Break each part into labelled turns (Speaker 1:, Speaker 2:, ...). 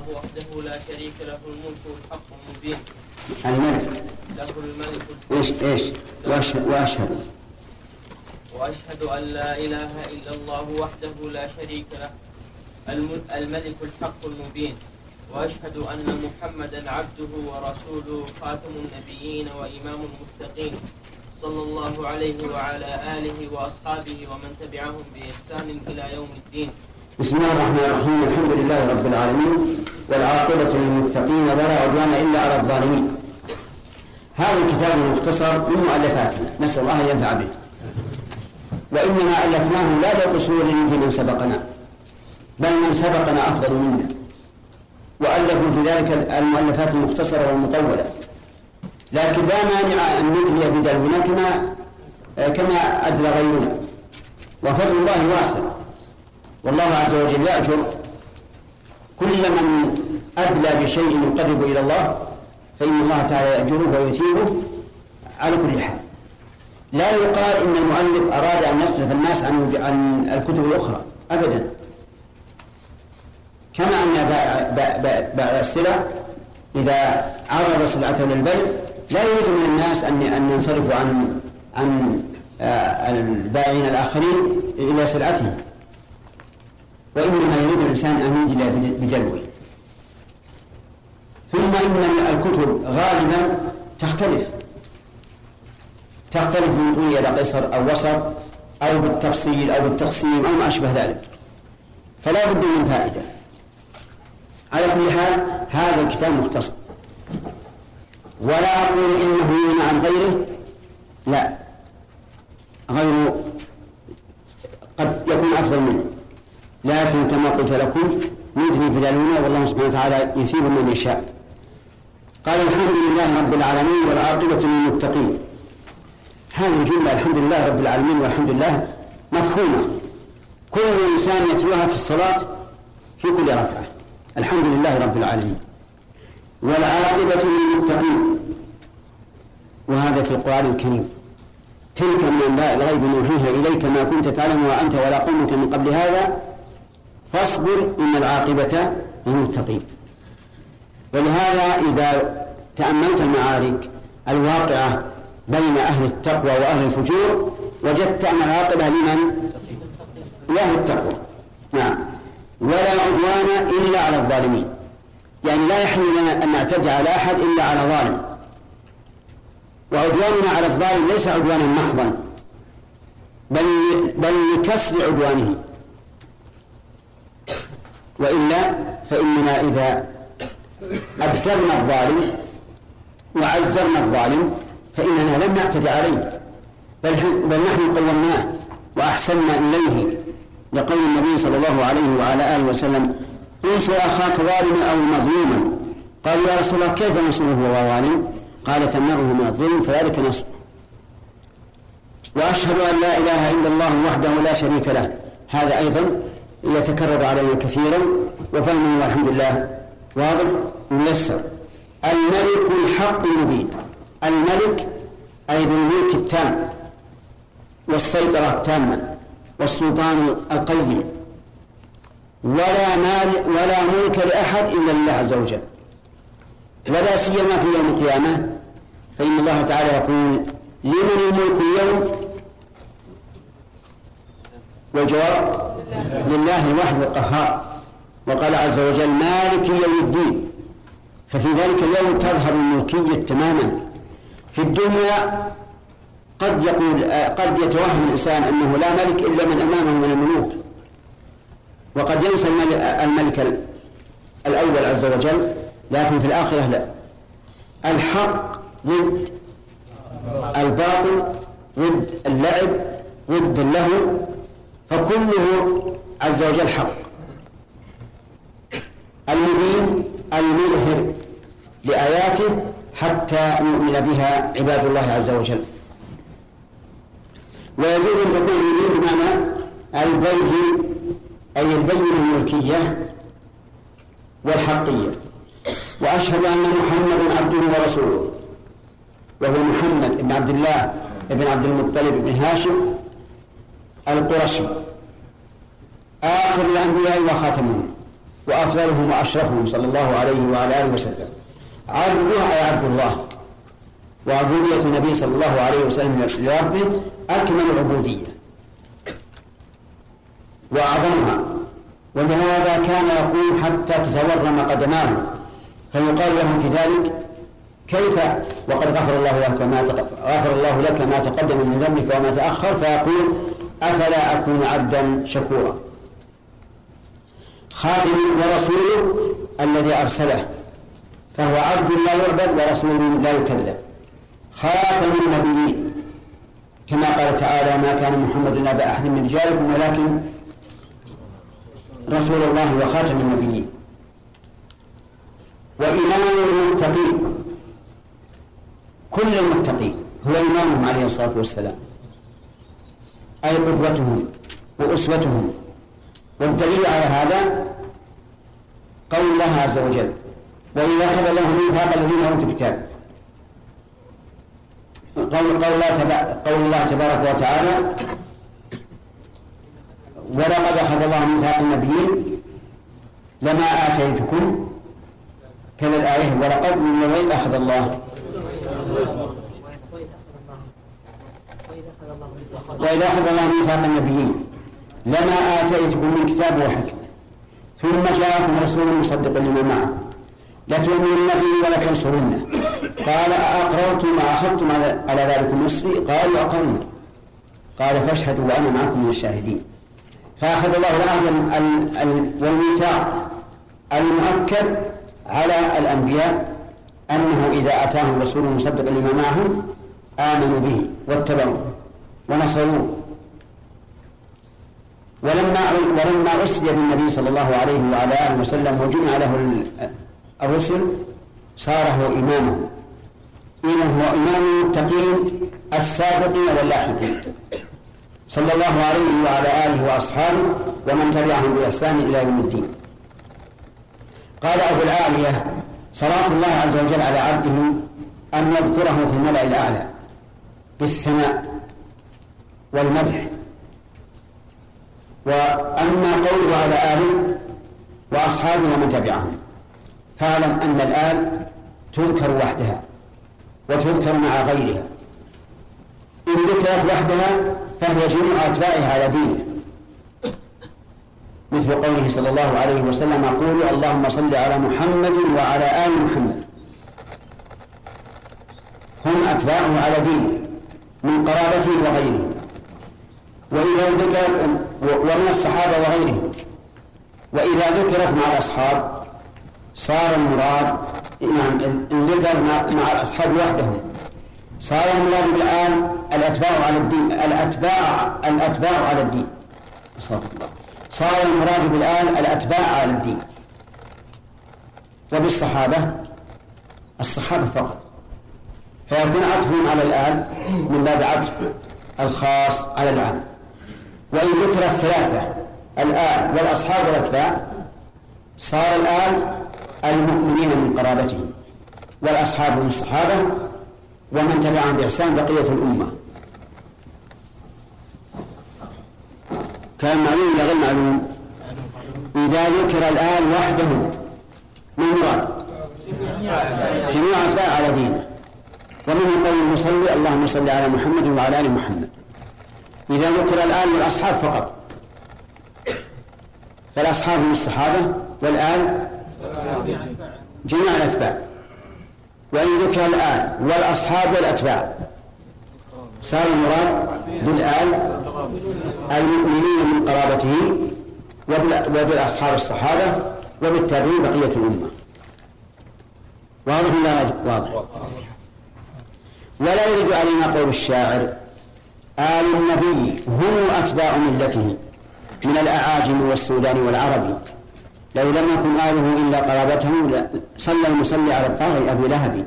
Speaker 1: وحده لا شريك له الملك الحق المبين.
Speaker 2: الملك
Speaker 1: له الملك وأشهد أن لا إله إلا الله وحده لا شريك له الملك الحق المبين. وأشهد أن محمدا عبده ورسوله خاتم النبيين وإمام المتقين صلى الله عليه وعلى آله وأصحابه ومن تبعهم بإحسان إلى يوم الدين.
Speaker 2: بسم الله الرحمن الرحيم. الحمد لله رب العالمين والعاقبة للمتقين ولا عدوان إلا على الظالمين. هذا الكتاب المختصر من مؤلفاتنا، نسأل الله أن ينفع به، وإنما ألفناه لا لقصور في من سبقنا، بل من سبقنا أفضل منا، وألفوا في ذلك المؤلفات المختصرة والمطولة، لكن لا مانع أن ندلي بدلونا كما أدلى غيرنا، وفضل الله واسع، والله عز وجل يأجر كل من أدلى بشيء يقرب إلى الله، فإن الله تعالى يأجره ويثيبه على كل حال. لا يقال إن المؤلف أراد أن يصرف الناس عن الكتب الأخرى أبدا، كما أن بائع السلع إذا عرض سلعته للبيع لا يريد من الناس أن ينصرفوا عن البائعين الآخرين إلى سلعتهم، وإنما يريد الإنسان أن ينجل بجلوه. ثم إن الكتب غالبا تختلف من طول إلى قصر أو وسط أو بالتفصيل أو بالتقسيم أو ما أشبه ذلك، فلا بد من فائدة. على كل حال هذا الكتاب مختصر، ولا أقول إنه يغني عن غيره، لا، غيره قد يكون أفضل منه، لكن كما قلت لكم ندري بدلونا، والله سبحانه وتعالى يثيب من يشاء. قال الحمد لله رب العالمين والعاقبة للمتقين. هذه الجملة الحمد لله رب العالمين والحمد لله مفهومة، كل إنسان يتلوها في الصلاة في كل ركعة، الحمد لله رب العالمين والعاقبة للمتقين، وهذا في القرآن الكريم. تلك من أنباء الغيب نوحيها إليك ما كنت تعلمها أنت ولا قومك من قبل هذا فاصبر إن العاقبة للمتقين. ولهذا إذا تأملت المعارك الواقعة بين أهل التقوى وأهل الفجور وجدت أن العاقبة لمن؟ لأهل التقوى. نعم. ولا عدوان إلا على الظالمين، يعني لا يحل لنا أن نعتدي على أحد إلا على ظالم، وعدواننا على الظالم ليس عدوانا محضا، بل لكسر عدوانه، وإلا فإننا إذا أبترنا الظالم وعزرنا الظالم فإننا لم نعتدي عليه، بل نحن قومناه وأحسننا إليه، لقول النبي صلى الله عليه وعلى آله وسلم انصر أخاك ظالما أو مظلوما. قال يا رسول الله كيف نصره وهو ظالم؟ قال تمنعه من الظلم فذلك نصره. وأشهد أن لا إله إلا الله وحده لا شريك له، هذا أيضا يتكرر علينا كثيرا وفهمه والحمد لله واضح ميسر. الملك الحق المبين، الملك أي ذو الملك التام والسيطرة التامة والسلطان القيم، ولا ملك لأحد إلا لله عز وجل، ولا سيما في يوم القيامة، فإن الله تعالى يقول لمن الملك اليوم؟ والجواب لله الواحد القهار. وقال عز وجل مالك يوم الدين، ففي ذلك اليوم تظهر الملكية تماما. في الدنيا قد يتوهم الإنسان أنه لا ملك إلا من أمامه من الملوك، وقد ينسى الملك الأول عز وجل، لكن في الآخرة لا. الحق ضد الباطل، ضد اللعب، ضد اللهو، فكله عز وجل حق. المبين المظهر لآياته حتى نؤمن بها عباد الله عز وجل. ويجوز أن تكون المبين بمعنى البين، أي البين الملكية والحقية. وأشهد أن محمدا عبده ورسوله، وهو محمد بن عبد الله بن عبد المطلب بن هاشم القرشي، آخر الأنبياء وخاتمهم، وأفضلهم وأشرفهم صلى الله عليه وعلى آله وسلم. عبده أي عبد الله، وعبودية النبي صلى الله عليه وسلم لربه أكمل عبودية وأعظمها، ولهذا كان يقول حتى تتورم قدماه، فيقال له في ذلك: كيف وقد غفر الله لك ما تقدم من ذنبك وما تأخر؟ فيقول: أفلا أكون عبدا شكورا. خاتم ورسوله الذي أرسله، فهو عبد لا يعبد ورسول لا يكذب. خاتم النبيين، كما قال تعالى: ما كان محمد إلا أبا أحد من رجالكم ولكن رسول الله وخاتم النبيين. وإمام المتقين، كل المتقين هو إمامهم عليه الصلاة والسلام، أي قدوتهم وأسوتهم. والدليل على هذا قول الله عز وجل: وإذا أخذ الله ميثاق الذين أوتوا الكتاب. قول الله تبارك وتعالى: ولقد أخذ الله ميثاق النبيين لما آتيتكم، كذا الآية: ولقد وإذ أخذ الله وإذا أخذ الله ميثاق النبيين لما آتيتكم من كتاب وحكمة ثم جاءكم رسول مصدق لما معكم لتؤمنن به ولتنصرنه قال: أأقررتم وأخذتم على ذلك مصري؟ قالوا: أقررنا. قال: فاشهدوا وأنا معكم من الشاهدين. فأخذ الله العهد والميثاق المؤكد على الأنبياء أنه إذا أتاهم رسول مصدق لما معهم آمنوا به واتبعوه ونصروه. ولما أسري بالنبي صلى الله عليه وعلى آله وسلم وجمع له الرسل صار هو إمامه. إذن هو إمام المتقين السابقين واللاحقين صلى الله عليه وعلى آله وأصحابه ومن تبعهم بإحسان إلى يوم الدين. قال أبو العالية: صلاة الله عز وجل على عبده أن يذكره في الملأ الأعلى بالثناء والمدح. وأما قوله على آله وأصحابه ومن تبعهم، فاعلم أن الآل تذكر وحدها وتذكر مع غيرها. إن ذكرت وحدها فهي جميع أتباعها على دينه، مثل قوله صلى الله عليه وسلم: قولوا اللهم صل على محمد وعلى آل محمد. هم أتباعه على دينه من قرابته وغيرهم، وإذا ذكرت ومن الصحابة وغيرهم. وإذا ذكرت مع الأصحاب صار المراد إن ذكرت مع الأصحاب وحدهم صار المراد بالآن الأتباع على الدين، الأتباع على الدين. صار المراد بالآن الأتباع على الدين. وبالصحابة الصحابة فقط، فيكون عطفهم على الآل من باب عطف الخاص على العام. وإن ذكر الثلاثة الآل والأصحاب والأتباع صار الآل المؤمنين من قرابته والأصحاب من الصحابة ومن تبعهم بإحسان بقية الأمة. كان معلوم ولا غير معلوم؟ إذا ذكر الآل وحده من مراد جميع أتباع على دينه. ومنه قول المصلي: اللهم صل على محمد وعلى آل محمد. إذا ذكر الآل والأصحاب فقط فالأصحاب من الصحابة والآل جميع الأتباع. وإن ذكر الآل والأصحاب والأتباع صار المراد بالآل المؤمنين من قرابته وبالأصحاب الصحابة وبالتابعين بقية الأمة. واضح ولا واضح؟ ولا يرد علينا قول الشاعر: آل النبي هم أتباع ملته من الأعاجم والسودان والعرب، لو لم يكن آله إلا قرابته صلى المصلي على الطاغي أبو لهب.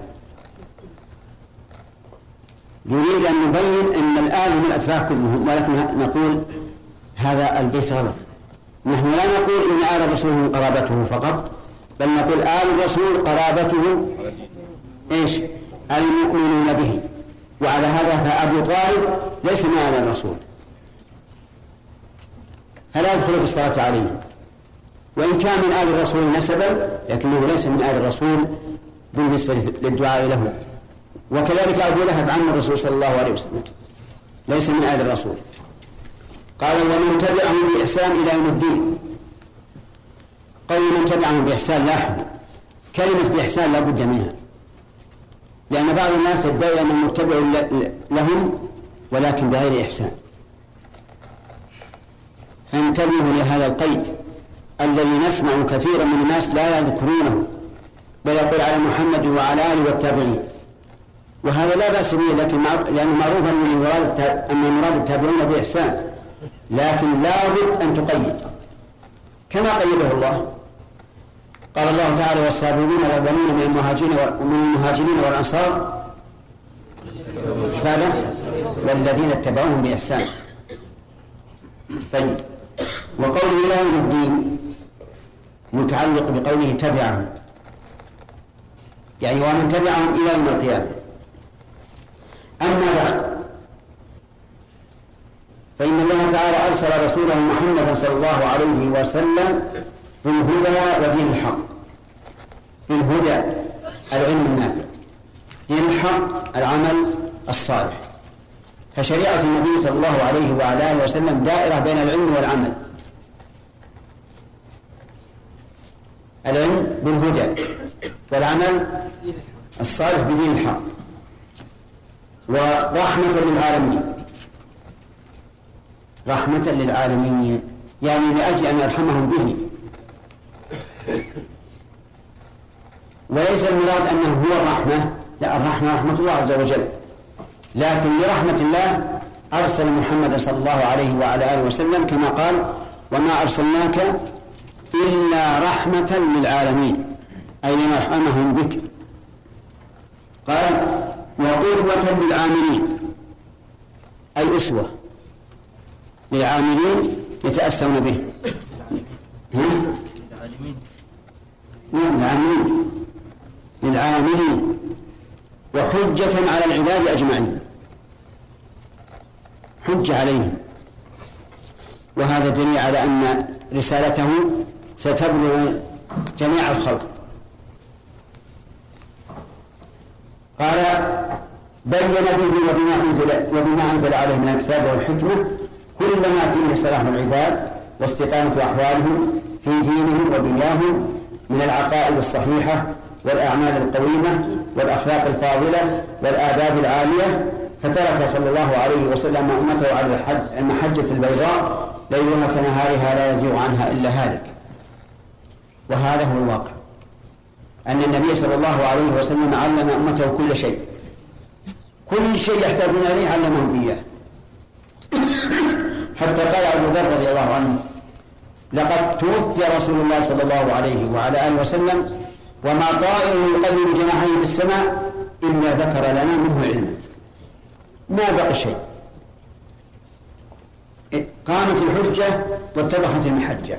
Speaker 2: يريد أن نبين أن الآل من الأتباع كلهم، ولكن نقول هذا البيت غلط. نحن لا نقول إن آل الرسول قرابته فقط، بل نقول آل الرسول قرابته إيش؟ المؤمنون به. وعلى هذا فأبو طالب ليس من آل الرسول، فلا يدخل في الصلاة عليه. وإن كان من آل الرسول نسبا لكنه ليس من آل الرسول بالنسبة للدعاء له. وكذلك أبو لهب عم الرسول صلى الله عليه وسلم ليس من آل الرسول. قال ومن تبعهم بإحسان إلى يوم الدين. قول من تبعهم بإحسان لاحظ كلمة بإحسان لا بد منها، لأن بعض الناس يدعي أن المتبع لهم ولكن بغير إحسان. فانتبهوا لهذا القيد الذي نسمع كثيرا من الناس لا يذكرونه، بل يقول على محمد وعلى آله والتابعين، وهذا لا بأس به، لأنه معروف أن المراد التابعون بإحسان، لكن لا بد أن تقيد كما قيده الله. قال الله تعالى والسابقون الأولون من المهاجرين والأنصار والذين اتبعوهم بإحسان. طيب، وقوله إلى يوم الدين متعلق بقوله تبعهم، يعني ومن تبعهم إلى يوم القيامة. أما بعد، فإن الله تعالى أرسل رسوله محمدا صلى الله عليه وسلم بالهدى ودين الحق. بالهدى العلم النافع، دين الحق العمل الصالح. فشريعة النبي صلى الله عليه وعلى آله وسلم دائرة بين العلم والعمل. العلم بالهدى والعمل الصالح بدين الحق، ورحمة للعالمين. رحمة للعالمين يعني لأجل أن يرحمهم به، وليس المراد أنه هو الرحمة، لا، الرحمة رحمة الله عز وجل، لكن لرحمة الله أرسل محمد صلى الله عليه وعلى آله وسلم كما قال وما أرسلناك إلا رحمة للعالمين، أي لنرحمهم بك. قال وقدوة للعاملين، أي أسوة للعاملين يتأسون به. للعاملين وحجة على العباد أجمعين، حجة عليهم. وهذا دليل على أن رسالته ستبلغ جميع الخلق. قال بين به وبما أنزل عليه من الكتاب والحكمة كل ما فيه صلاح العباد واستقامة أحوالهم في دينهم ودنياهم من العقائد الصحيحة والأعمال القويمة والأخلاق الفاضلة والآداب العالية. فترك صلى الله عليه وسلم أمته على المحجة البيضاء ليلها كنهارها لا يزيغ عنها إلا هالك. وهذا هو الواقع، أن النبي صلى الله عليه وسلم علم أمته كل شيء، كل شيء يحتاجون إليه علمهم إياه. حتى قال أبو ذر رضي الله عنه لقد توفي رسول الله صلى الله عليه وعلى آله وسلم وما طائر يقلب جناحيه في السماء إلا ذكر لنا منه علما. ما بقي شيء، قامت الحجة واتضحت المحجة.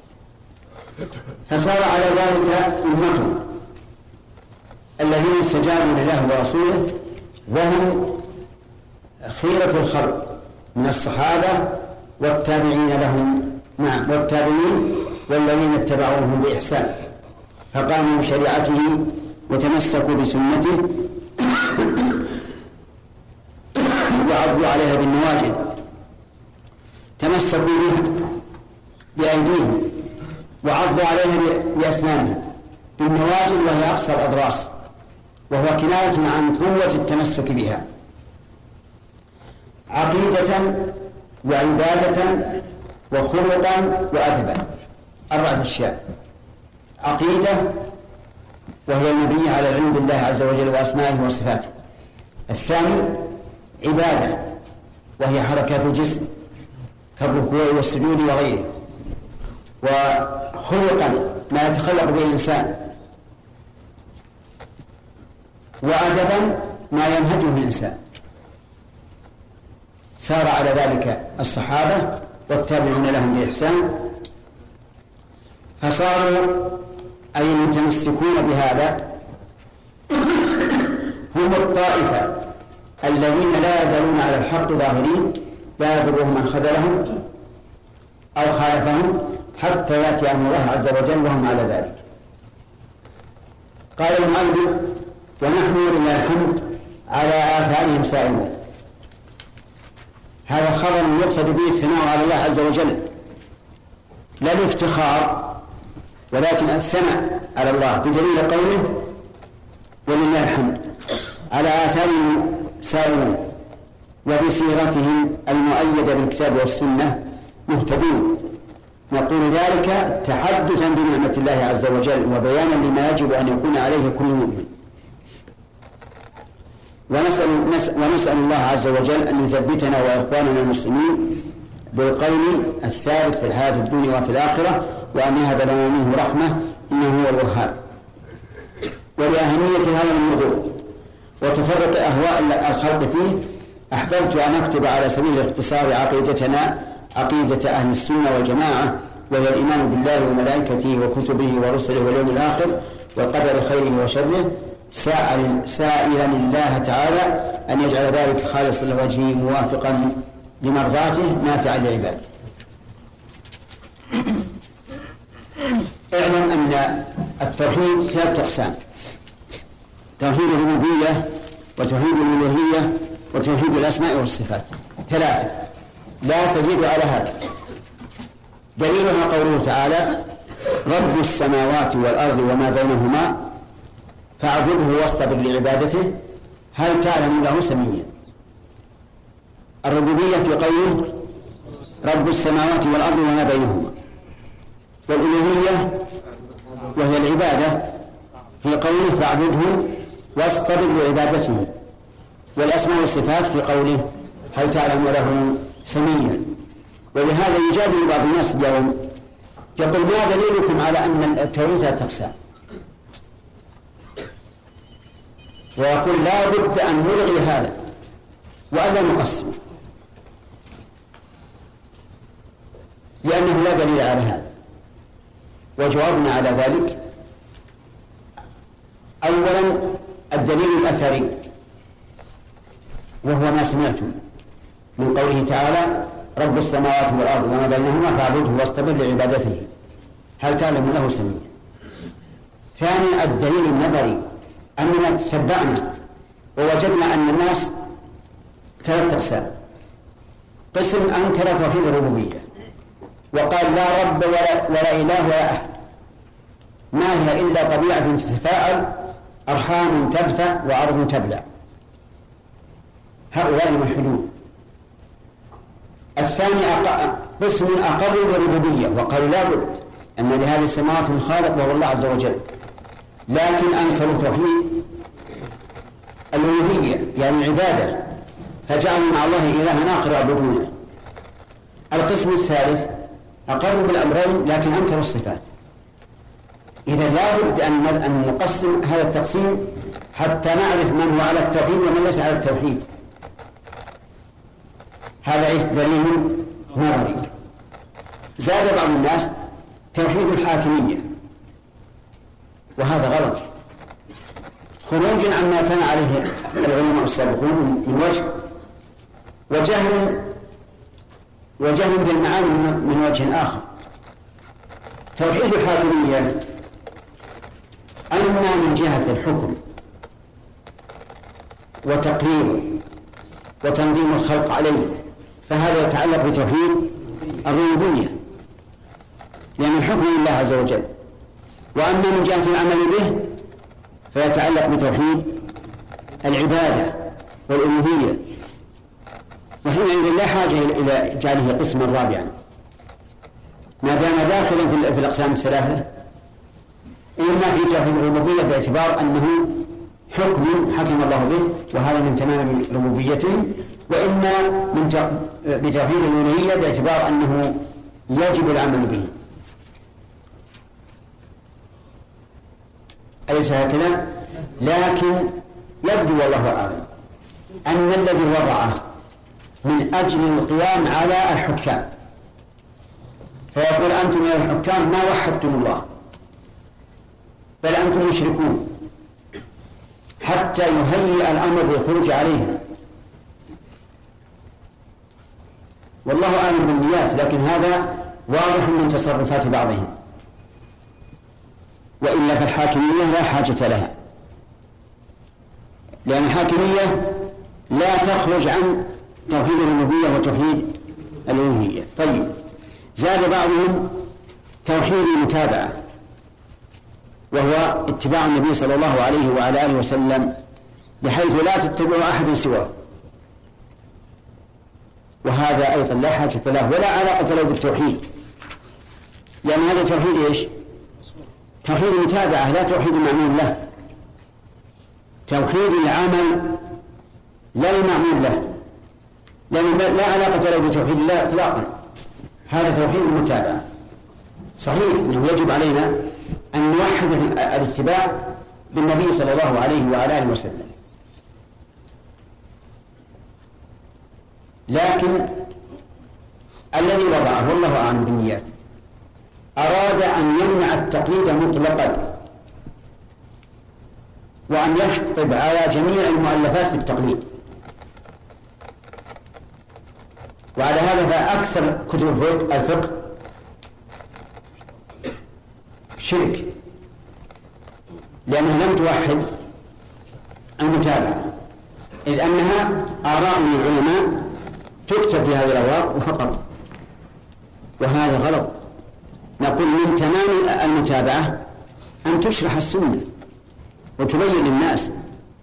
Speaker 2: فصار على ذلك أمته الذين استجابوا لله ورسوله، وهم خيرة الخلق من الصحابة والتابعين لهم، نعم، والتابعين والذين اتبعوهم بإحسان، فقاموا بشريعته وتمسكوا بسنته وعضوا عليها بالنواجذ، تمسكوا بها بأيديهم وعضوا عليها بأسنانهم بالنواجذ، وهي أقصى الأضراس، وهو كناية عن قوة التمسك بها، عقيدة وعبادة وخلقا وأدبا. 4 أشياء: عقيدة وهي المبنية على العلم بالله عز وجل وأسمائه وصفاته. الثاني عبادة وهي حركات الجسم كالركوع والسجود وغيره. وخلقا ما يتخلق به الإنسان. وأدبا ما ينهجه الإنسان. سار على ذلك الصحابة والتابعون لهم بإحسان، فصاروا أي المتمسكون بهذا هم الطائفة الذين لا يزالون على الحق ظاهرين، لا يضرهم من خذلهم أو خالفهم حتى يأتي أمر الله عز وجل وهم على ذلك. قال المؤلف: ونحن لله الحمد على آثارهم سائرون. هذا خبر يقصد به الثناء على الله عز وجل، لا الافتخار، ولكن الثناء على الله بدليل قوله: ولله الحمد على آثارهم سائرون، وبسيرتهم المؤيدة بالكتاب والسنة مهتدون. نقول ذلك تحدثا بنعمة الله عز وجل وبيانا لما يجب أن يكون عليه كل مؤمن. ونسأل الله عز وجل أن يثبتنا وإخواننا المسلمين بالقول الثابت في الحياة الدنيا وفي الآخرة، وأن يهب لنا منه رحمة إنه هو الوهاب. ولأهمية هذا الموضوع وتفرق أهواء الخلق فيه، أحببت أن أكتب على سبيل الاختصار عقيدتنا، عقيدة أهل السنة والجماعة، وهي الإيمان بالله وملائكته وكتبه ورسله واليوم الآخر والقدر خيره وشره، سائلا الله تعالى أن يجعل ذلك خالصا لوجهه موافقا لمرضاته نافعا لعباده. اعلم أن التوحيد 3 أقسام: توحيد الربوبية، وتوحيد الألوهية، وتوحيد الأسماء والصفات. 3 لا تزيد على هذا. دليلها قوله تعالى: رب السماوات والأرض وما بينهما فاعبده واصطبر لعبادته هل تعلم له سميا. الربوبية في قوله: رب السماوات والأرض وما بينهما، والألوهية وهي العبادة في قوله: فاعبده واصطبر لعبادته، والأسماء والصفات في قوله: هل تعلم له سميا. ولهذا يجادل بعض الناس اليوم يقول: ما دليلكم على أن التوحيد 3 أقسام؟ ويقول: لا بد أن نلغي هذا وألا نقسم، لأنه لا دليل على هذا. وجوابنا على ذلك: أولا الدليل الأثري، وهو ما سمعتم من قوله تعالى: رب السماوات والأرض وما بينهما فاعبده واصطبر لعبادته هل تعلم له سميا. ثانيا الدليل النظري، أننا تتبعنا ووجدنا أن الناس 3 أقسام: قسم أنكر توحيد الربوبية وقال: لا رب ولا إله ولا أحد، ما هي إلا طبيعة تتفاعل، أرحام تدفع وأرض تبلع. هؤلاء ملحدون. الثاني قسم أقروا بالربوبية وقالوا: لا بد أن لهذه السماوات من خالق وهو الله عز وجل، لكن أنكروا توحيد الألوهية يعني العبادة، فجعلوا مع الله إلها آخر يعبدونه. القسم الثالث أقروا بالأمرين لكن أنكروا الصفات. إذا لا بد أن نقسم هذا التقسيم حتى نعرف من هو على التوحيد ومن ليس على التوحيد. هذا دليل نظري. زاد بعض الناس توحيد الحاكمية، وهذا غلط، خروجا عما كان عليه العلماء السابقون من وجه، وجهل بالمعاني من وجه آخر. توحيد الحاكمية أما من جهة الحكم وتقريره وتنظيم الخلق عليه فهذا يتعلق بتوحيد الربوبية، لأن الحكم لله عز وجل. وأما من جهة العمل به فيتعلق بتوحيد العبادة والألوهية، وحينئذ لا حاجة إلى جعله قسما رابعا ما دام داخلا في الأقسام 3. إما في توحيد الربوبية باعتبار أنه حكم حكم الله به وهذا من تمام ربوبيته، وإما بتوحيد الألوهية باعتبار أنه يجب العمل به. أليس هكذا؟ لكن يبدو والله أعلم أن الذي وضعه من أجل القيام على الحكام، فيقول: أنتم يا الحكام ما وحدتم الله بل أنتم مشركون، حتى يهيئ الأمر للخروج عليهم. والله أعلم بالنيات، لكن هذا واضح من تصرفات بعضهم، وإلا فالحاكمية لا حاجة لها، لأن الحاكمية لا تخرج عن توحيد الربوبية وتوحيد الألوهية. طيب، زاد بعضهم توحيد المتابعة، وهو اتباع النبي صلى الله عليه وعلى آله وسلم بحيث لا تتبع أحد سواه، وهذا أيضا لا حاجة له ولا علاقة له بالتوحيد، لأن هذا توحيد إيش؟ توحيد المتابعة لا توحيد المعمول له، توحيد العمل لا المعمول له، لأنه لا علاقة له بتوحيد الله إطلاقا، هذا توحيد المتابعة. صحيح أنه يجب علينا أن نوحد الاتباع بالنبي صلى الله عليه وعلى آله وسلم، لكن الذي وضعه والله أعلم بالنيات أراد أن يمنع التقليد مطلقا، وأن يشطب على جميع المؤلفات في التقليد، وعلى هذا فأكثر كتب الفقه شرك، لأنها لم توحد المتابعة، إذ أنها آراء من العلماء تكتب في هذه الأوراق فقط، وهذا غلط. نقول من تمام المتابعة أن تشرح السنة وتبين للناس،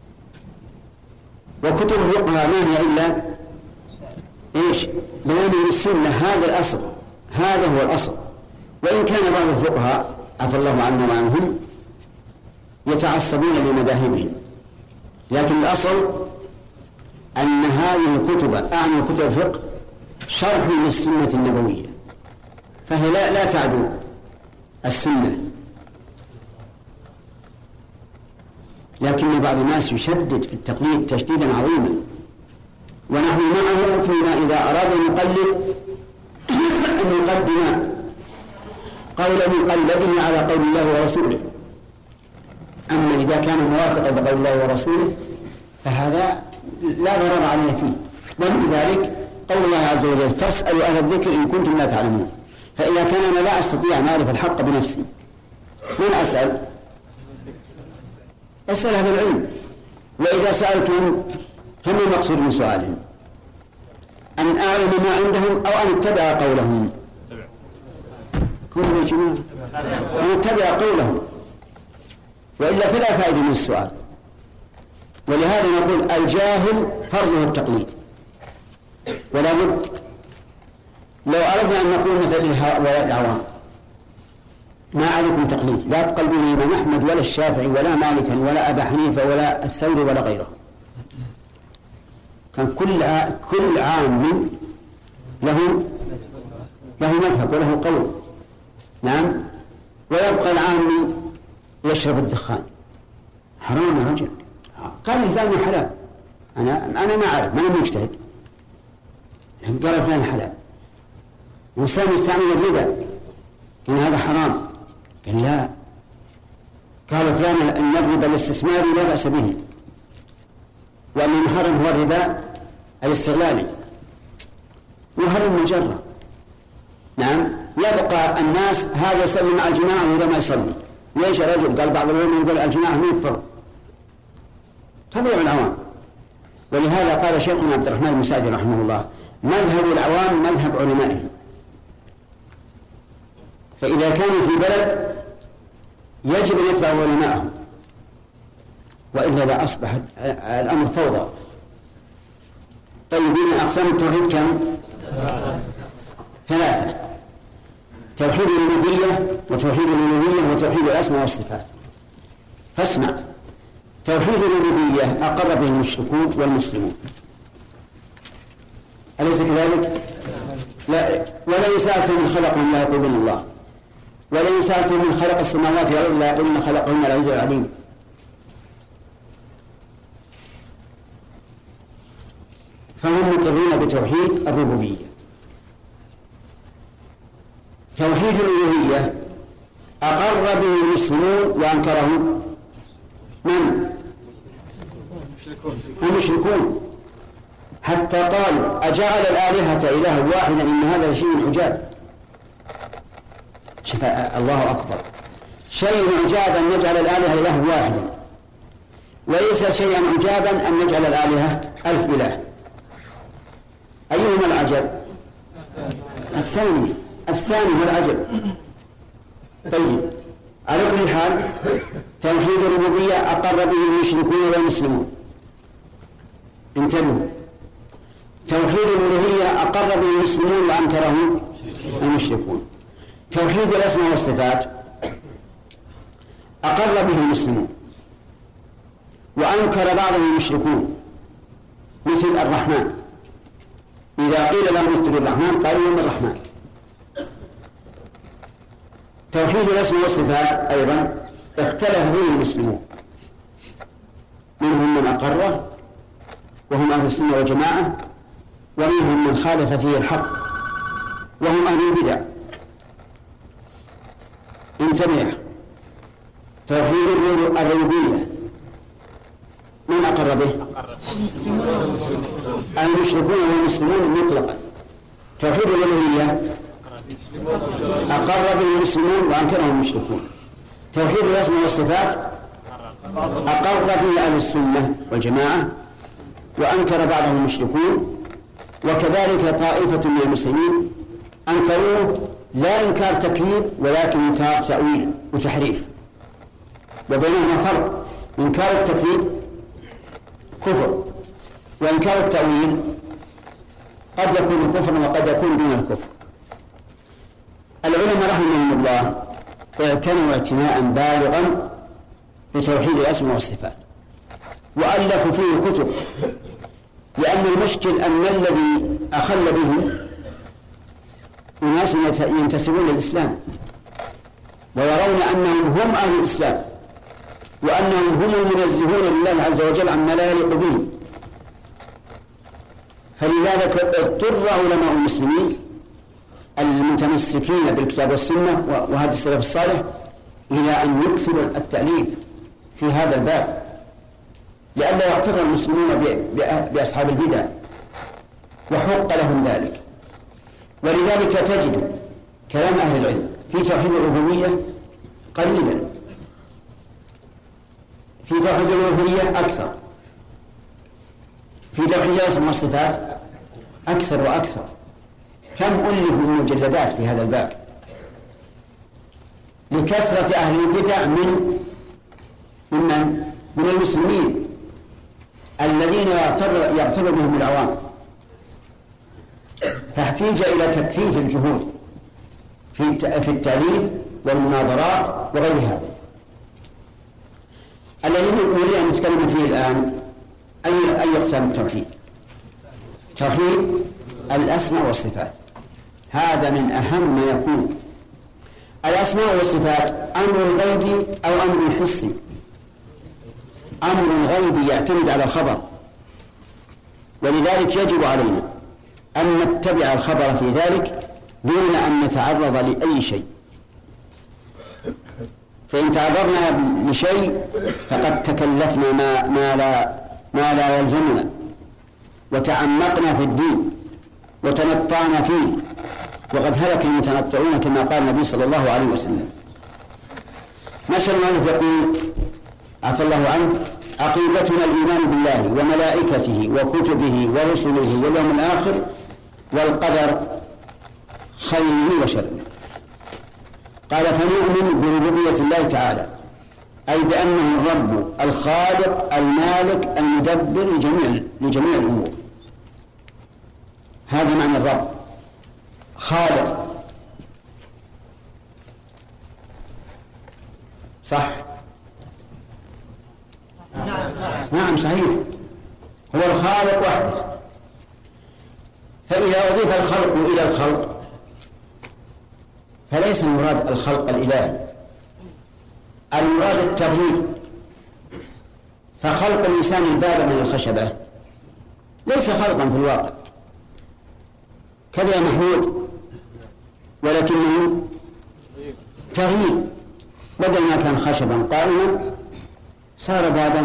Speaker 2: وكتب الفقه ما هي إلا إيش؟ بيان للسنة، هذا الأصل، هذا هو الأصل. وإن كان بعض الفقهاء عفى الله عنا وعنهم يتعصبون لمذاهبهم، لكن الأصل أن هذه الكتب، أعني كتب الفقه، شرح للسنة النبوية، فهي لا تعدو السنة. لكن بعض الناس يشدد في التقليد تشديدا عظيما، ونحن معه فيما إذا أراد أن يقلد أن يقدم قول مقلده على قول الله ورسوله، أما إذا كان موافقا لقول الله ورسوله فهذا لا ضرر عليه فيه. ومن ذلك قول الله عز وجل فاسألوا أهل الذكر إن كنتم لا تعلمون. فإذا كان أنا لا أستطيع أن أعرف الحق بنفسي، من أسأل؟ أسأل أهل العلم. وإذا سألتم فما المقصود من سؤالهم؟ أن أعلم ما عندهم أو أن أتبع قولهم؟ كلهم يجمعون أن أتبع قولهم، وإلا فلا فائدة من السؤال. ولهذا نقول الجاهل فرضه التقليد، ولا بد. لو أردنا أن نقول مثل هؤلاء العوام ما عليكم تقليد، لا تقلدون الإمام أحمد ولا الشافعي ولا مالكا ولا أبا حنيفة ولا الثوري ولا غيره، كان كل عام له مذهب وله قول. نعم. ويبقى العام يشرب الدخان. حرام يا رجل. قال فلان حلال، أنا ما أعرف، ما أنا مجتهد، قال فلان حلال. إنسان يستعمل الربا إن هذا حرام، قال لا، قال فلان أن الربا الاستثماري لا بأس به، وأن المحرم هو الربا الاستغلالي، وهل مجرد. نعم. يبقى الناس هذا يصلي مع الجماعة وهذا ما يصلي. ليش يا رجل؟ قال بعض العلماء يقول الجماعة مين فرض، تضيع العوام. ولهذا قال شيخنا عبد الرحمن المساعدي رحمه الله مذهب العوام مذهب علمائهم، فإذا كانوا في بلد يجب أن يتبعوا علمائهم، وإلا لا أصبح الأمر فوضى. طيب، من أقسام التوحيد كم؟ 3: توحيد الربوبية وتوحيد الألوهية وتوحيد الأسماء والصفات. فاسمع، توحيد الربوبية أقر به المشركون والمسلمون، أليس كذلك؟ لا. ولئن سألتهم من خلقهم لا يقولون الله، ولئن سألتهم من خلق السماوات والأرض لا يقولون خلقهن العزيز العليم. فهم مقرون بتوحيد الربوبية. توحيد الألوهية أقر به المسلمون وأنكره من؟ المشركون، حتى قالوا أجعل الآلهة إلها واحدا إن هذا لشيء عجاب. شفاء الله أكبر. شيء عجاب أن نجعل الآلهة إله واحدا، وليس شيئا عجابا أن نجعل الآلهة 1000 إله. أيهما العجب؟ الثاني هو العجب. طيب، على كل حال توحيد الربوبية أقر به المشركون والمسلمون. انتبهوا، توحيد الألوهية أقر به المسلمون وأنكره المشركون. توحيد الأسماء والصفات أقر به المسلمون وأنكر بعضهم المشركون، مثل الرحمن، إذا قيل لهم اسجدوا الرحمن قالوا من الرحمن. توحيد الأسماء والصفات أيضا اختلف به المسلمون، منهم من أقره وهم أهل السنة والجماعة، ومنهم من خالف فيه الحق وهم أهل البدع. انتبه، توحيد الربوبية من أقر به؟ المشركون والمسلمون مطلقا. توحيد الألوهية أقر به المسلمون وأنكره المشركون. توحيد الأسماء والصفات أقر به أهل السنة والجماعة وأنكر بعضهم المشركون، وكذلك طائفة من المسلمين أنكروه، لا إنكار تكذيب ولكن إنكار تأويل وتحريف، وبينهما فرق. إنكار التكذيب كفر، وإنكار التأويل قد يكون كفرا وقد يكون دون الكفر. العلماء رحمهم الله اعتنوا اعتناء بالغا بتوحيد الأسماء والصفات، وألفوا فيه كتب، لأن المشكل أن الذي أخل به أناس ينتسبون للإسلام ويرون أنهم هم أهل الإسلام وأنهم هم المنزهون لله عز وجل عما لا يليق به. فلذلك اضطر علماء المسلمين المتمسكين بالكتاب والسنة وهذا السلف الصالح إلى أن يكثروا التأليف في هذا الباب، لئلا يغتر المسلمون بأصحاب البدع، وحق لهم ذلك. ولذلك تجد كلام أهل العلم في توحيد الربوبية قليلا، في توحيد الألوهية أكثر، في توحيد الأسماء والصفات أكثر وأكثر. كم ألف من مجلدات في هذا الباب لكثرة أهل البدع من المسلمين الذين يغتر بهم العوام، فاحتاج إلى تكثيف الجهود في التأليف والمناظرات وغير هذا. الذي نريد أن نتكلم فيه الآن أي أقسام التوحيد؟ توحيد الأسماء والصفات، هذا من أهم ما يكون. الأسماء والصفات أمر غيبي أو أمر حسي. أمر غيبي يعتمد على الخبر، ولذلك يجب علينا أن نتبع الخبر في ذلك دون أن نتعرض لأي شيء. فإن تعرضنا لشيء فقد تكلفنا ما لا يلزمنا، وتعمقنا في الدين وتنطعنا فيه، وقد هلك المتنطعون كما قال النبي صلى الله عليه وسلم. نشر المؤلف يقول عفى الله عنه: عقيدتنا الإيمان بالله وملائكته وكتبه ورسله واليوم الآخر والقدر خيره وشره. قال: فنؤمن بربوبية الله تعالى، أي بأنه الرب الخالق المالك المدبر لجميع الأمور. هذا معنى الرب، خالق. صح؟ نعم صحيح، هو الخالق وحده. فإذا أضيف الخلق إلى الخلق فليس المراد الخلق الإلهي، المراد التغيير. فخلق الإنسان الباب من الخشبة ليس خلقا في الواقع، كذا يا محمود، ولكنه تغيير. بدل ما كان خشبا قائما صار بابا.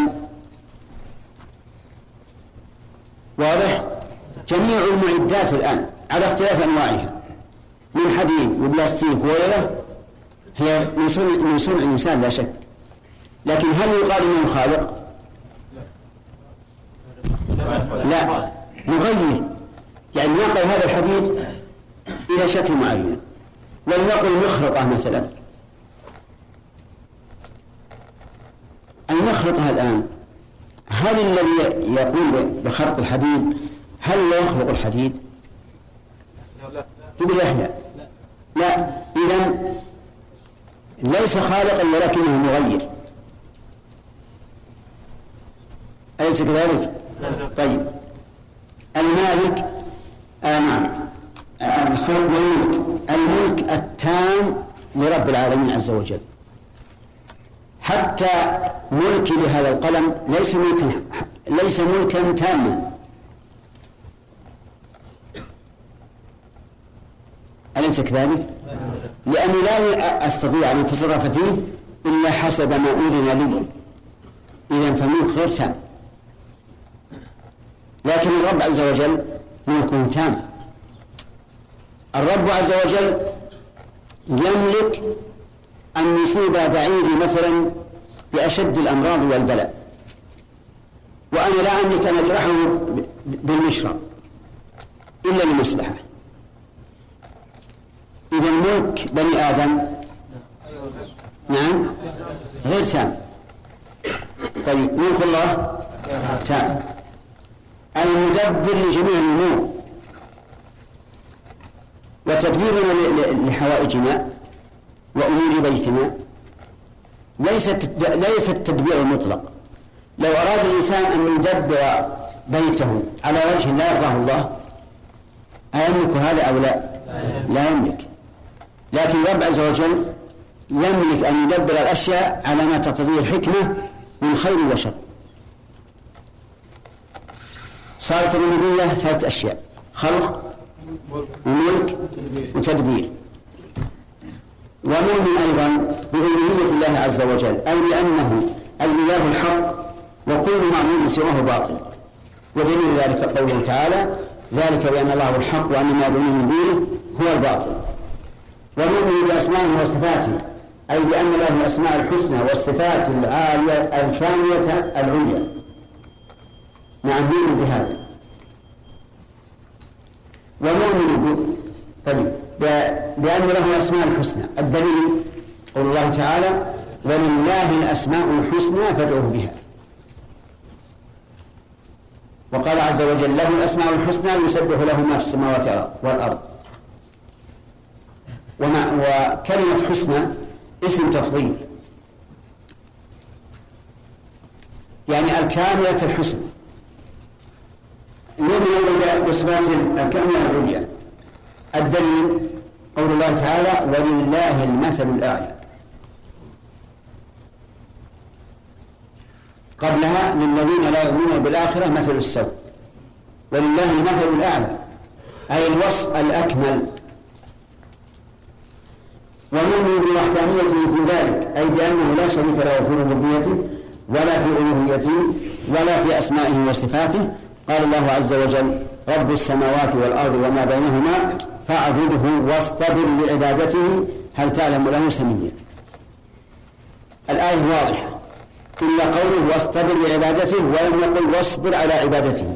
Speaker 2: واضح؟ جميع المعدات الآن على اختلاف أنواعها من حديد وبلاستيك وغيره هي من صنع الإنسان لا شك، لكن هل يقال إنه خالق؟ لا، مغير، يعني نقل هذا الحديد إلى شكل معين، ولنقل مخرطة مثلا. المخرطة الآن هل الذي يقول بخرط الحديد هل لا يخلق الحديد؟ يقول لا. إذن ليس خالقا ولكنه مغير، أليس كذلك؟ طيب، المالك نعم، الملك التام لرب العالمين عز وجل. حتى ملكي لهذا القلم ليس ملكا تاما، أليس كذلك؟ لأني لا أستطيع أن أتصرف فيه إلا حسب ما أذن لي، إذن فالملك غير تام. لكن الرب عز وجل ملكه تام. الرب عز وجل يملك أن يصيب بعيري مثلا بأشد الأمراض والبلاء، وأنا لا أملك أن أجرحه بالمشرط إلا لمصلحة. إذا ملك بني آدم نعم غير تام. طيب، ملك الله تام، المدبر لجميع الأمور وتدبيرنا لحوائجنا وأمور بيتنا ليس التدبير المطلق. لو أراد الإنسان أن يدبر بيته على وجه لا يرضاه الله أيملك هذا أو لا؟ لا يملك. لكن الرب عز وجل يملك أن يدبر الأشياء على ما تقتضيه الحكمة من خير وشر. صارت الربوبية 3 أشياء: خلق وملك وتدبير. ونؤمن أيضا بألوهية الله عز وجل، أي بأنه الإله الحق وكل معبود سواه باطل. ودليل ذلك قوله تعالى: ذلك بأن الله هو الحق وأن ما يدعون من دونه هو الباطل. ونؤمن بأسمائه وصفاته، أي بأن له الأسماء الحسنى والصفات العالية الكاملة العليا. نؤمن بهذا. ونؤمن بأن له الأسماء الحسنى. الدليل قول الله تعالى: ولله الأسماء الحسنى فادعوه بها. وقال عز وجل: له الأسماء الحسنى يسبح له ما في السماوات والأرض. وكلمة حسنى اسم تفضيل، يعني الكاملة الحسن. نؤمن بصفات الكاملة العليا. الدليل قول الله تعالى: ولله المثل الأعلى. قبلها: للذين لا يؤمنون بالآخرة مثل السوء. ولله المثل الأعلى أي الوصف الأكمل. ونؤمن بوحدانيته في ذلك، أي بأنه لا شريك له في ربوبيته ولا في ألوهيته ولا في أسمائه وصفاته. قال الله عز وجل: رب السماوات والأرض وما بينهما فاعبده واصطبر لعبادته هل تعلم له سميا. الآية واضحة، إلا قوله واصطبر لعبادته، ولم يقل واصبر على عبادته،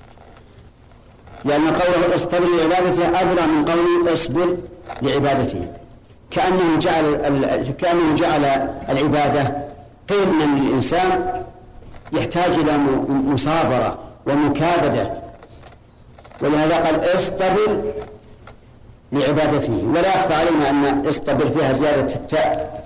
Speaker 2: لأن قوله اصطبر لعبادته أبرى من قوله اصبر لعبادته، كأنه جعل العبادة قيما للإنسان يحتاج إلى مصابرة ومكابدة، ولهذا قال اصطبر لعبادته. ولا يخفى علينا أن اصطبر فيها زيادة التاء،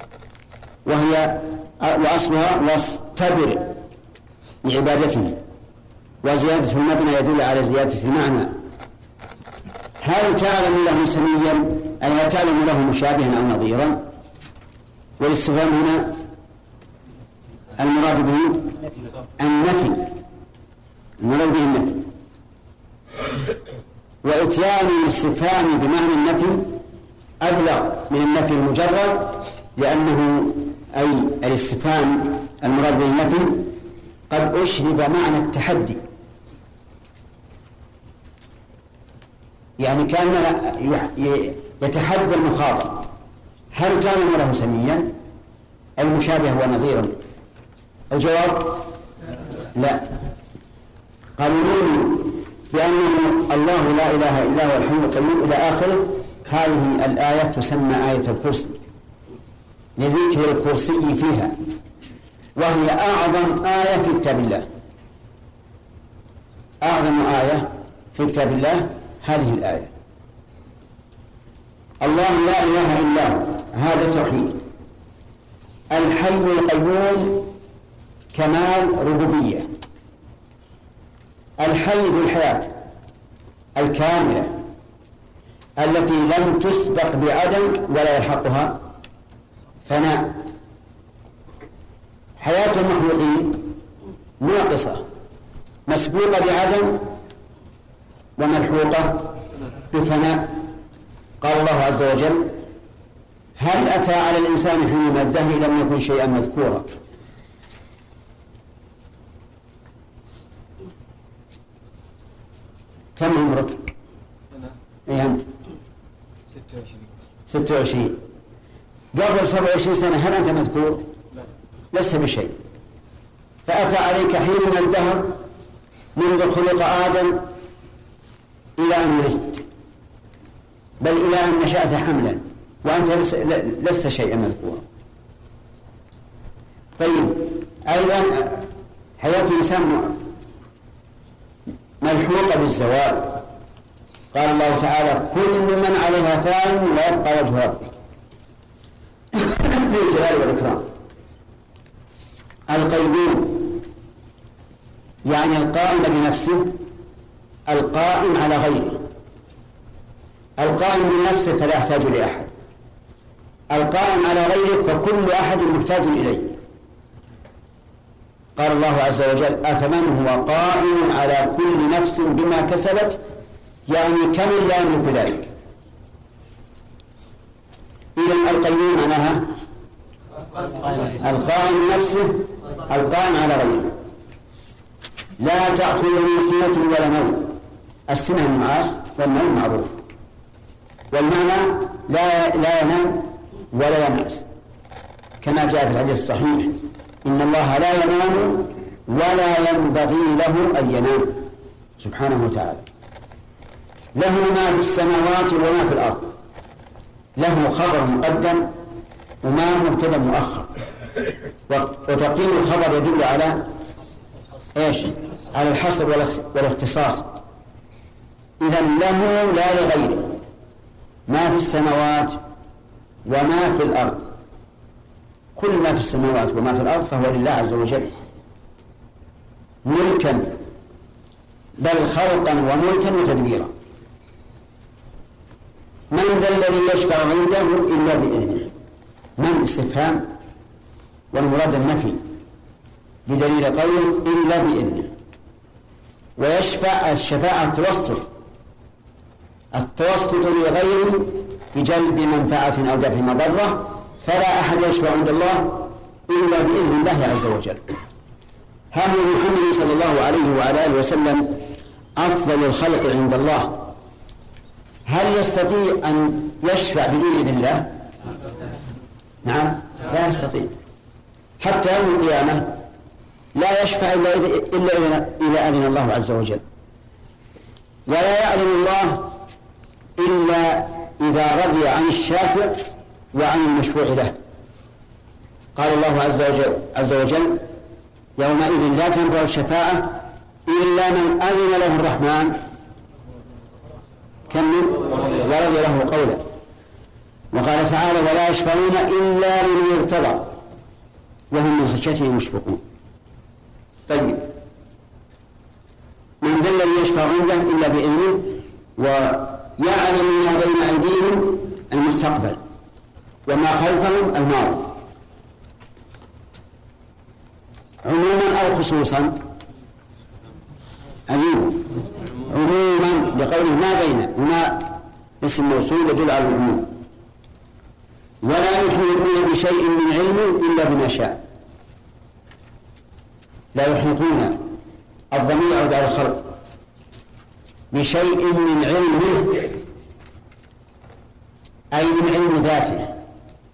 Speaker 2: وأصلها واصطبر لعبادته، وزيادة المبنى يدل على زيادة المعنى. هل تعلم له سميا أي هل تعلم له مشابها أو نظيرا؟ والاستفهام هنا المراد به النفي، المراد به النفي. وإتيان الاستفهام بمعنى النفي أبلغ من النفي المجرد، لأنه أي الاستفهام المراد به النفي قد أشرب معنى التحدي، يعني كان يتحدى المخاطب هل تعلم له سميا أي مشابه ونظيرا؟ الجواب لا. قالوا بأن الله لا إله إلا هو الحي القيوم إلى آخره. هذه الآية تسمى آية الكرسي لذكر الكرسي فيها، وهي أعظم آية في كتاب الله. أعظم آية في كتاب الله هذه الآية. الله لا إله إلا هو، هذا توحيد. الحي القيوم كمال ربوبية. الحي ذو الحياة الكاملة التي لم تسبق بعدم ولا يلحقها فناء. حياة المخلوقين ناقصة مسبوقة بعدم وملحوقة بفناء. قال الله عز وجل: هل أتى على الإنسان حين من الدهر لم يكن شيئا مذكورا. كم عمرك؟ أنا أنت 26. قبل 27 سنة هل أنت مذكور؟ لا. لست بشيء. فأتى عليك حين من الدهر منذ خلق آدم إلى أن ولدت، بل إلى أن نشأت حملا وأنت لست شيئا مذكورا. طيب، أيضا حياة الإنسان ملحوقة بالزوال. قال الله تعالى: كل من عليها فان ويبقى وجه ربك ذو الجلال والإكرام. القيوم يعني القائم بنفسه، القائم على غيره. القائم بنفسه فلا يحتاج لأحد، القائم على غيره فكل أحد محتاج إليه. قال الله عز وجل: أفمن هو قائم على كل نفس بما كسبت، يعني كمن لا يملك ذلك. إذن القيوم معناها القائم بنفسه، القائم على غيره. لا تأخذه سنة ولا نوم. السنة النعاس والنوم معروف، والمعنى لا ينام ولا ينعس، كما جاء في الحديث الصحيح: إن الله لا ينام ولا ينبغي له أن ينام سبحانه وتعالى. له ما في السماوات وما في الأرض. له خبر مقدم وما مبتدأ مؤخر، وتقديم الخبر يدل على ايش؟ على الحصر والاختصاص. إذن له لا لغيره ما في السماوات وما في الأرض. كل ما في السماوات وما في الأرض فهو لله عز وجل ملكا، بل خلقا وملكا وتدبيرا. من ذا الذي يشفع عنده إلا بإذنه؟ من استفهام والمراد النفي بدليل قوله إلا بإذنه. ويشفع الشفاعة التوسط لغيره بجلب منفعة أو دفع مضرة، فلا أحد يشفع عند الله إلا بإذن الله عز وجل. ها هو محمد صلى الله عليه وعلى آله وسلم أفضل الخلق عند الله. هل يستطيع أن يشفع بدون إذن الله؟ نعم، لا يستطيع. حتى يوم القيامة لا يشفع إلا إذا أذن الله عز وجل، ولا يعلم الله إلا إذا رضي عن الشافع وعن المشفوع له. قال الله عز وجل: يومئذ لا تنفع الشفاعة إلا من أذن له الرحمن ورضي له قولا. وقال تعالى: ولا يشفعون إلا لمن ارتضى وهم من خشيته مشفقون. طيب، من ذا الذي يشفع عنده إلا بإذنه، ويعلم ما بين أيديهم المستقبل وما خلفهم الماضي، عموما أو خصوصا؟ عجيب، عموما لقوله ما بين، وما اسم موصول يدل على العموم. ولا يحيطون بشيء من علمه إلا بما شاء. لا يحيطون، الضمير يعود على الخلق، بشيء من علمه أي من علم ذاته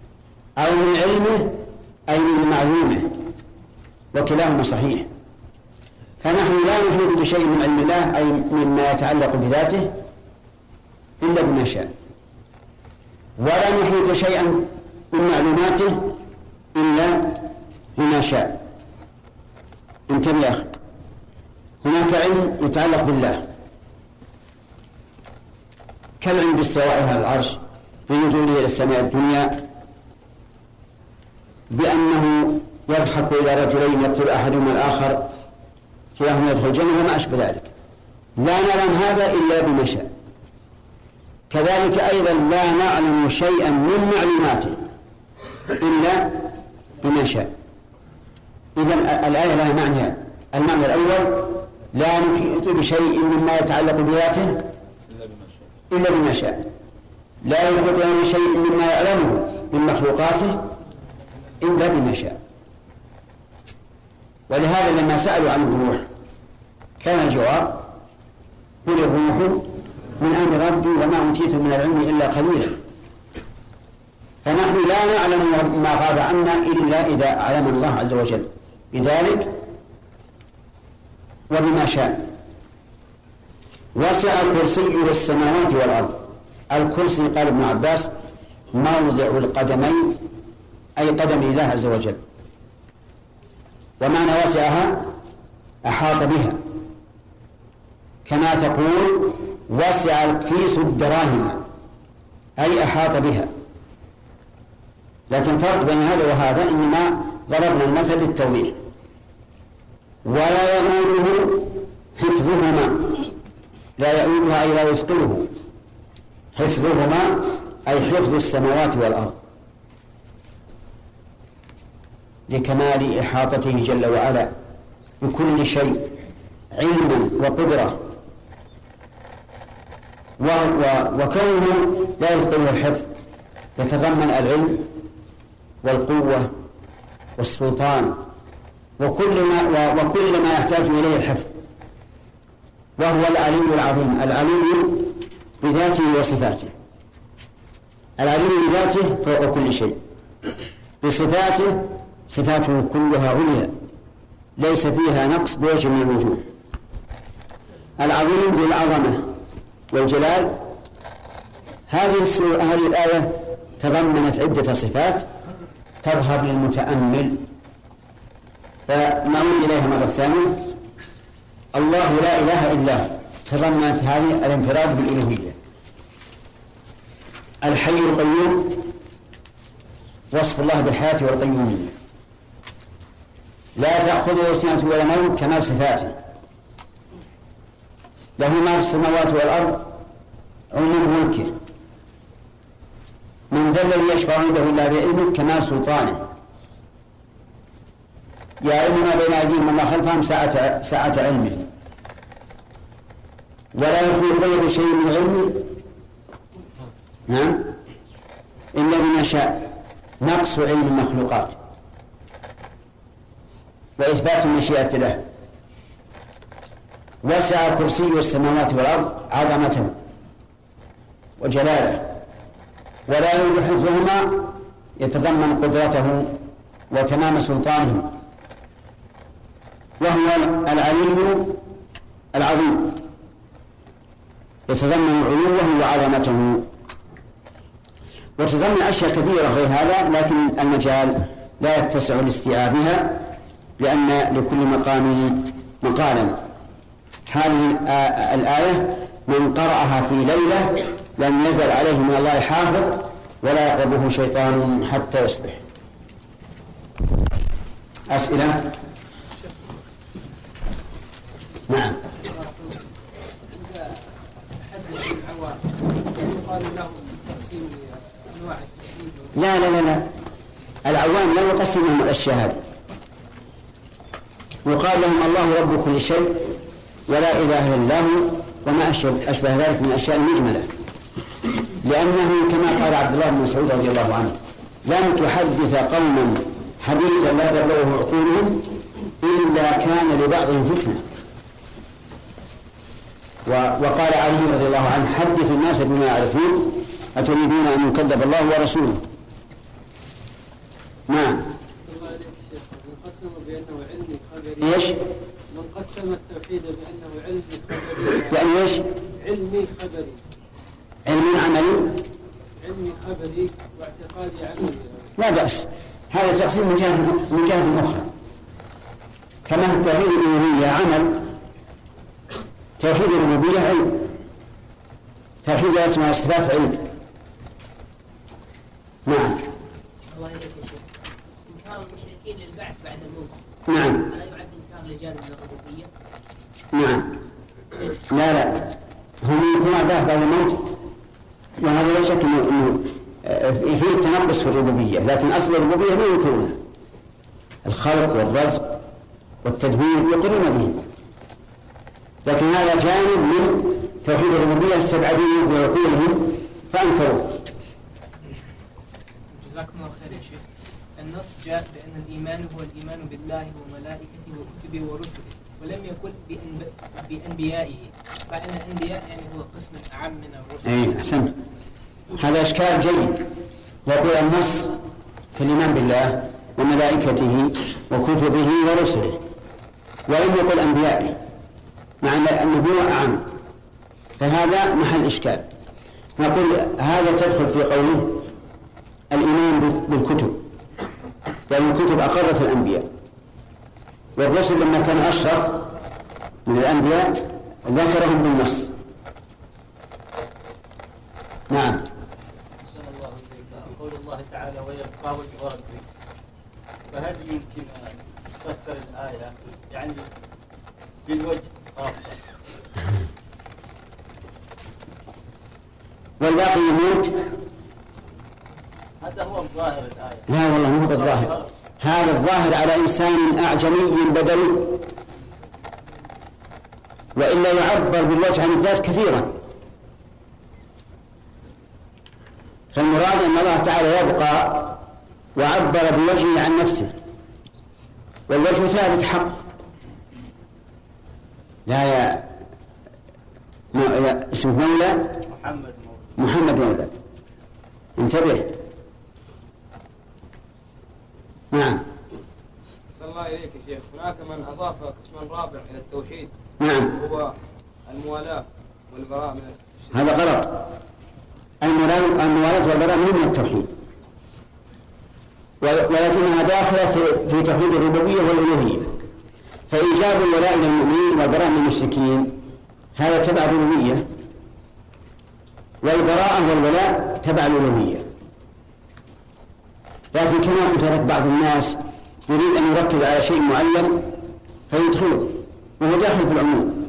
Speaker 2: أو من علمه أي من معلومه، وكلاهما صحيح. فنحن لا نحيط بشيء من علم الله أي مما يتعلق بذاته إلا بما شاء، ولا نحيط شيئا من معلوماته إلا بما شاء. انتبه يا أخي، هناك علم يتعلق بالله كالعلم باستوائه على العرش، بنزوله إلى السماء الدنيا، بأنه يضحك إلى رجلين يقتل أحدهما الآخر كلاهما يدخل الجنة وما أشبه ذلك، لا نعلم هذا إلا بما شاء. كذلك أيضا لا نعلم شيئا من معلوماته إلا بما شاء. إذن الآية لها معنيان: المعنى الأول لا نحيط بشيء مما يتعلق بذاته إلا بما شاء، لا يحيطون بشيء مما يعلمه من مخلوقاته إلا بما شاء. ولهذا لما سألوا عن الروح كان الجواب: قل الروح من أمر ربي وما أوتيتم من العلم إلا قليلا. فنحن لا نعلم ما غاب عنا إلا إذا علم الله عز وجل بذلك وبما شاء. وسع كرسيه السماوات والأرض. الكرسي قال ابن عباس موضع القدمين أي قدم الله عز وجل، ومعنى وسعها أحاط بها، كما تقول وسع الكيس الدراهم أي أحاط بها. لكن فرق بين هذا وهذا إنما ضربنا المثل للتوضيح. ولا يؤوده حفظهما، لا يؤودها أي لا يثقله، حفظهما أي حفظ السماوات والأرض لكمال إحاطته جل وعلا بكل شيء علما وقدرة، وكونه لا يثقله الحفظ يتضمن العلم والقوة والسلطان وكل ما يحتاج إليه الحفظ. وهو العلي العظيم، العلي بذاته وصفاته، العلي بذاته فوق كل شيء، بصفاته صفاته كلها عليا ليس فيها نقص بوجه من الوجوه. العظيم بالعظمة والجلال. هذه الآية تضمنت عدة صفات تظهر للمتأمل، فنعود إليها مرة ثانية. الله لا إله إلا هو تضمنت هذه الانفراد بالألوهية. الحي القيوم وصف الله بالحياة والقيومية، لا تأخذه سنة ولا نوم كمال صفاته، له ما في السماوات والأرض عموم ملكه، من ذا الذي يشفع عنده إلا بإذنه كمال سلطانه، يعلم ما بين أيديهم وما خلفهم ساعة علمه، ولا يحيطون بشيء من علمه نعم إلا بما شاء، نقص علم المخلوقات وإثبات المشيئة له. وسع كرسي السماوات والأرض عظمته وجلاله، ولا يؤوده حفظهما يتضمن قدرته وتمام سلطانه، وهو العلي العظيم يتضمن علوه وعظمته، وتضمن أشياء كثيرة غير هذا، لكن المجال لا يتسع لاستيعابها لأن لكل مقام مقالا. هذه الآية من قرأها في ليلة لم يزل عليه من الله حافظ ولا يقربه شيطان حتى يصبح. أسئلة؟ نعم. لا لا لا لا، العوام لا يقسمهم الأشياء هذه، يقال لهم الله رب كل شيء ولا إله إلا هو وما أشبه ذلك من الأشياء المجملة، لأنه كما قال عبد الله بن مسعود رضي الله عنه: لم تحدث قوما حديثا لا تبلغه عقولهم إلا كان لبعضهم فتنة. وقال علي رضي الله عنه: حدث الناس بما يعرفون أتريدون أن يكذب الله ورسوله. نعم.
Speaker 3: من قسم بأنه علمي خبري.
Speaker 2: إيش؟
Speaker 3: من قسم التوحيد بأنه علمي خبري.
Speaker 2: يعني إيش؟
Speaker 3: علمي خبري.
Speaker 2: علمي عملي.
Speaker 3: علمي خبري واعتقادي عملي.
Speaker 2: لا بأس، هذا تقسيم من جهة أخرى. كما التوحيد الألوهية عمل، توحيد الربوبية علم، توحيد الأسماء والصفات علم. نعم.
Speaker 4: الله إليك يا شيخ. إنكار المشركين للبعث بعد الموت.
Speaker 2: نعم.
Speaker 4: ألا يعد إنكار لجانب من الربوبية؟
Speaker 2: نعم. لا هم ينكرون البعث بعد الموت، وهذا لا شك انه فيه تنقص في الربوبيه، لكن اصل الربوبيه ما ينكرونها. الخلق والرزق والتدبير يقرون به، لكن هذا جانب من توحيد الربوبيه استبعدوه في عقولهم فانكروه.
Speaker 4: جزاكم الله خير يا شيخ. النص جاء بأن الإيمان هو الإيمان بالله وملائكته وكتبه ورسله، ولم يقل بأنبيائه، فإن الأنبياء يعني هو قسم أعم من الرسل.
Speaker 2: أي أحسن، هذا إشكال جيد. يقول النص في الإيمان بالله وملائكته وكتبه ورسله، ولم يقل أنبيائه، مع أن النبوة أعم، فهذا محل إشكال. نقول هذا تدخل في قوله الإيمان بالكتب، لأن الكتب أقرت الأنبياء، والرسل لما كان أشرف من الأنبياء ذكرهم بالنص. نعم.
Speaker 5: قول الله تعالى ويبقى وجه ربك، فهل يمكن أن تفسر الآية يعني بالوجه خاصة؟
Speaker 2: والباقي يموت.
Speaker 5: هذا هو الظاهر الآية.
Speaker 2: لا والله مو بالظاهر، هذا الظاهر على إنسان أعجمي بدوي، وإلا يعبر بالوجه عن الذات كثيرا. فالمراد أن الله تعالى يبقى وعبر بوجهه عن نفسه، والوجه ثابت حق. لا يا اسمه مولى محمد مولى، انتبه.
Speaker 3: نعم. صلى الله إليك يا شيخ. هناك من أضاف قسما رابع إلى التوحيد.
Speaker 2: نعم.
Speaker 3: هو الموالاة والبراء من الشرك.
Speaker 2: هذا غلط. الموالاة والبراء من التوحيد، ولكنها داخلة في توحيد الربوبية والألوهية. فإيجاب الولاء للمؤمنين والبراء من المشركين هذا تبع الربوبية، والبراءة والولاء تبع الألوهية. لكن كما قلت لك بعض الناس يريد أن يركز على شيء معين فيدخله وهو داخل في العموم.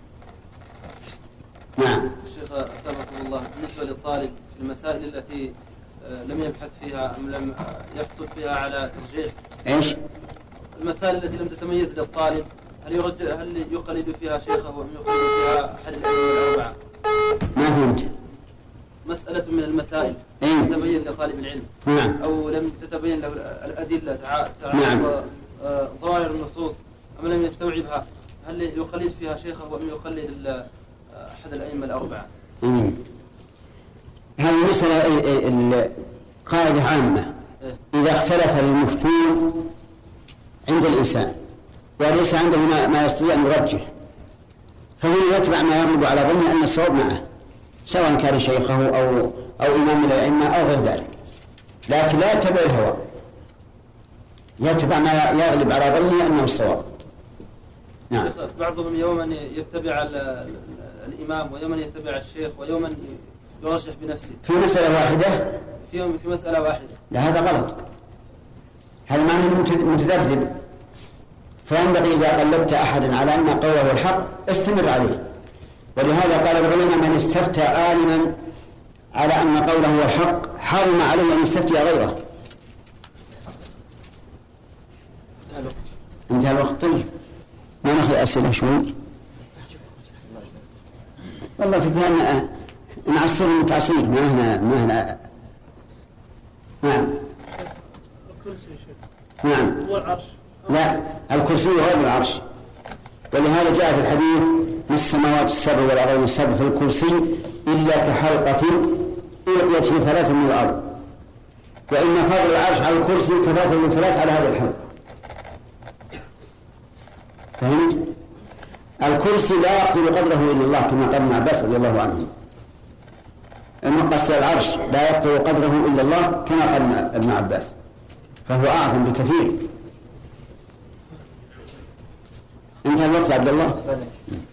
Speaker 2: نعم.
Speaker 6: الشيخ أثابكم الله، بالنسبة للطالب في المسائل التي لم يبحث فيها أم لم يحصل فيها على ترجيح،
Speaker 2: إيش؟
Speaker 6: المسائل التي لم تتميز للطالب هل يقلد فيها شيخه أم يقلد فيها أحد الأئمة الأربعة؟
Speaker 2: ما فهمت.
Speaker 6: مسألة من المسائل تتبين لطالب العلم،
Speaker 2: نعم،
Speaker 6: أو لم تتبين له الأدلة
Speaker 2: نعم،
Speaker 6: ظواهر النصوص أم لم يستوعبها، هل يقلد فيها شيخه أم يقلد أحد الأئمة الأربعة؟
Speaker 2: هذه مسألة قاعدة عامة. إذا اختلف المفتون عند الإنسان وليس عنده ما يستطيع أن يرجح، فهو يتبع ما يغلب على ظنه أن الصواب معه، سواء كان شيخه أو إمام الأئمة أو غير ذلك، لكن لا يتبع الهوى، يتبع ما يغلب على ظنه أنه الصواب. نعم.
Speaker 6: بعضهم يوما يتبع الإمام ويوما يتبع الشيخ ويوما يرجح بنفسه
Speaker 2: في مسألة واحدة،
Speaker 6: في مسألة واحدة.
Speaker 2: لا، هذا غلط، هذا معناه متذبذب. فينبغي إذا قلدت أحدا على أن قوله الحق استمر عليه. ولهذا قال العلماء من استفتى عالما على أن قوله هو الحق حرم عليه أن يستفتي غيره. انتهى الوقت. طيب ما ناخذ أسئلة شوي. والله تفهم نعصر المتعصير ما هنا. نعم.
Speaker 3: الكرسي يا شيخ.
Speaker 2: نعم.
Speaker 3: هو العرش.
Speaker 2: لا، الكرسي غير العرش، ولهذا جاء في الحديث ما السماوات السبع والأرض السبع في الكرسي إلا كحلقة ألقيت في 3 من الأرض. وإن فضل العرش على الكرسي كفضل الانفلات على هذا الحوض. فهمت؟ الكرسي لا يقتل قدره إلا الله كما قال ابن عباس رضي الله عنه. المقص العرش لا يقتل قدره إلا الله كما قال ابن عباس، فهو أعظم بكثير. انتهى الوقت عبد الله.